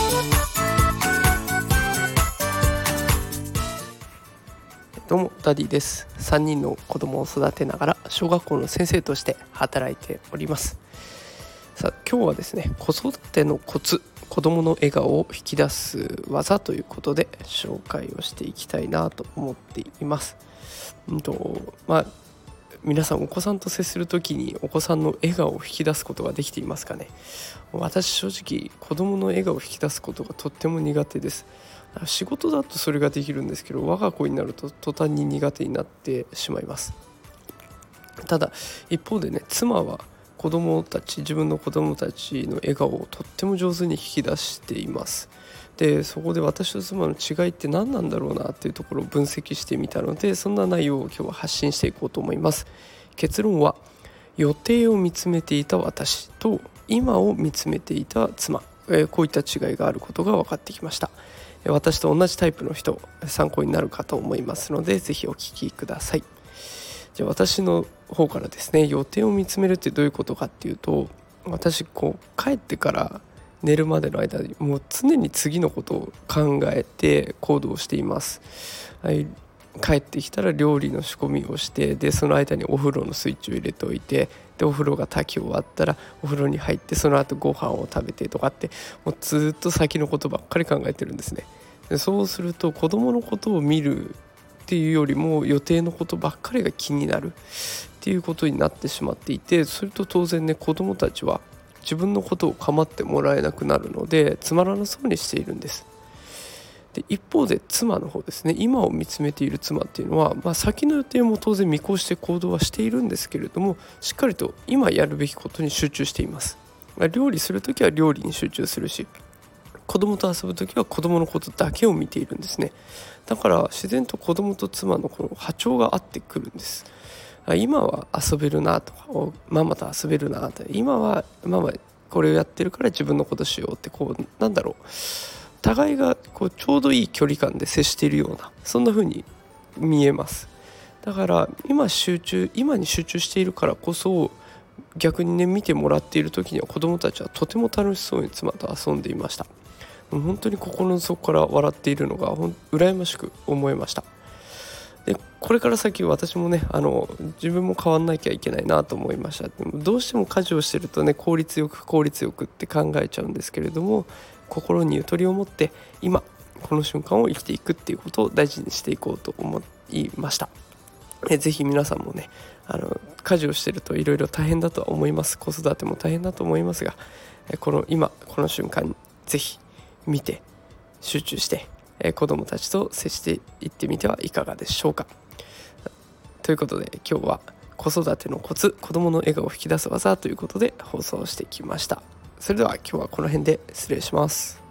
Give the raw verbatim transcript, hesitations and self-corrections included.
どうもダディです。さんにんの子供を育てながら小学校の先生として働いております。さあ今日はですね、子育てのコツ、子供の笑顔を引き出す技ということで紹介をしていきたいなと思っています。うんとまあ皆さんお子さんと接するときにお子さんの笑顔を引き出すことができていますかね。私正直子供の笑顔を引き出すことがとっても苦手です。仕事だとそれができるんですけど、我が子になると途端に苦手になってしまいます。ただ一方でね、妻は子供たち自分の子供たちの笑顔をとっても上手に引き出しています。でそこで私と妻の違いって何なんだろうなっていうところを分析してみたので、そんな内容を今日は発信していこうと思います。結論は、予定を見つめていた私と今を見つめていた妻、えー、こういった違いがあることが分かってきました。私と同じタイプの人、参考になるかと思いますので、ぜひお聞きください。じゃあ私の方からですね、予定を見つめるってどういうことかっていうと、私こう帰ってから寝るまでの間にもう常に次のことを考えて行動しています。はい、帰ってきたら料理の仕込みをして、でその間にお風呂のスイッチを入れておいて、でお風呂が炊き終わったらお風呂に入って、その後ご飯を食べてとかって、もうずっと先のことばっかり考えてるんですね。でそうすると子供のことを見るっていうよりも予定のことばっかりが気になるっていうことになってしまっていて、それと当然ね、子供たちは自分のことを構ってもらえなくなるので、つまらなそうにしているんです。で一方で妻の方ですね、今を見つめている妻っていうのは、まあ、先の予定も当然見越して行動はしているんですけれども、しっかりと今やるべきことに集中しています。料理するときは料理に集中するし、子供と遊ぶときは子供のことだけを見ているんですね。だから自然と子供と妻のこの波長が合ってくるんです。今は遊べるなとか、ママと遊べるなとか、今はママこれをやってるから自分のことしようって、こうなんだろう、互いがこうちょうどいい距離感で接しているような、そんな風に見えます。だから今集中今に集中しているからこそ、逆にね見てもらっている時には子供たちはとても楽しそうに妻と遊んでいました。本当に心の底から笑っているのがほん羨ましく思いました。でこれから先私もね、あの自分も変わんなきゃいけないなと思いました。でもどうしても家事をしてるとね、効率よく効率よくって考えちゃうんですけれども、心にゆとりを持って今この瞬間を生きていくっていうことを大事にしていこうと思いました。えぜひ皆さんもね、あの家事をしてるといろいろ大変だとは思います。子育ても大変だと思いますが、この今この瞬間ぜひ見て集中して子どもたちと接していってみてはいかがでしょうか。ということで今日は子育てのコツ、子どもの笑顔を引き出す技ということで放送してきました。それでは今日はこの辺で失礼します。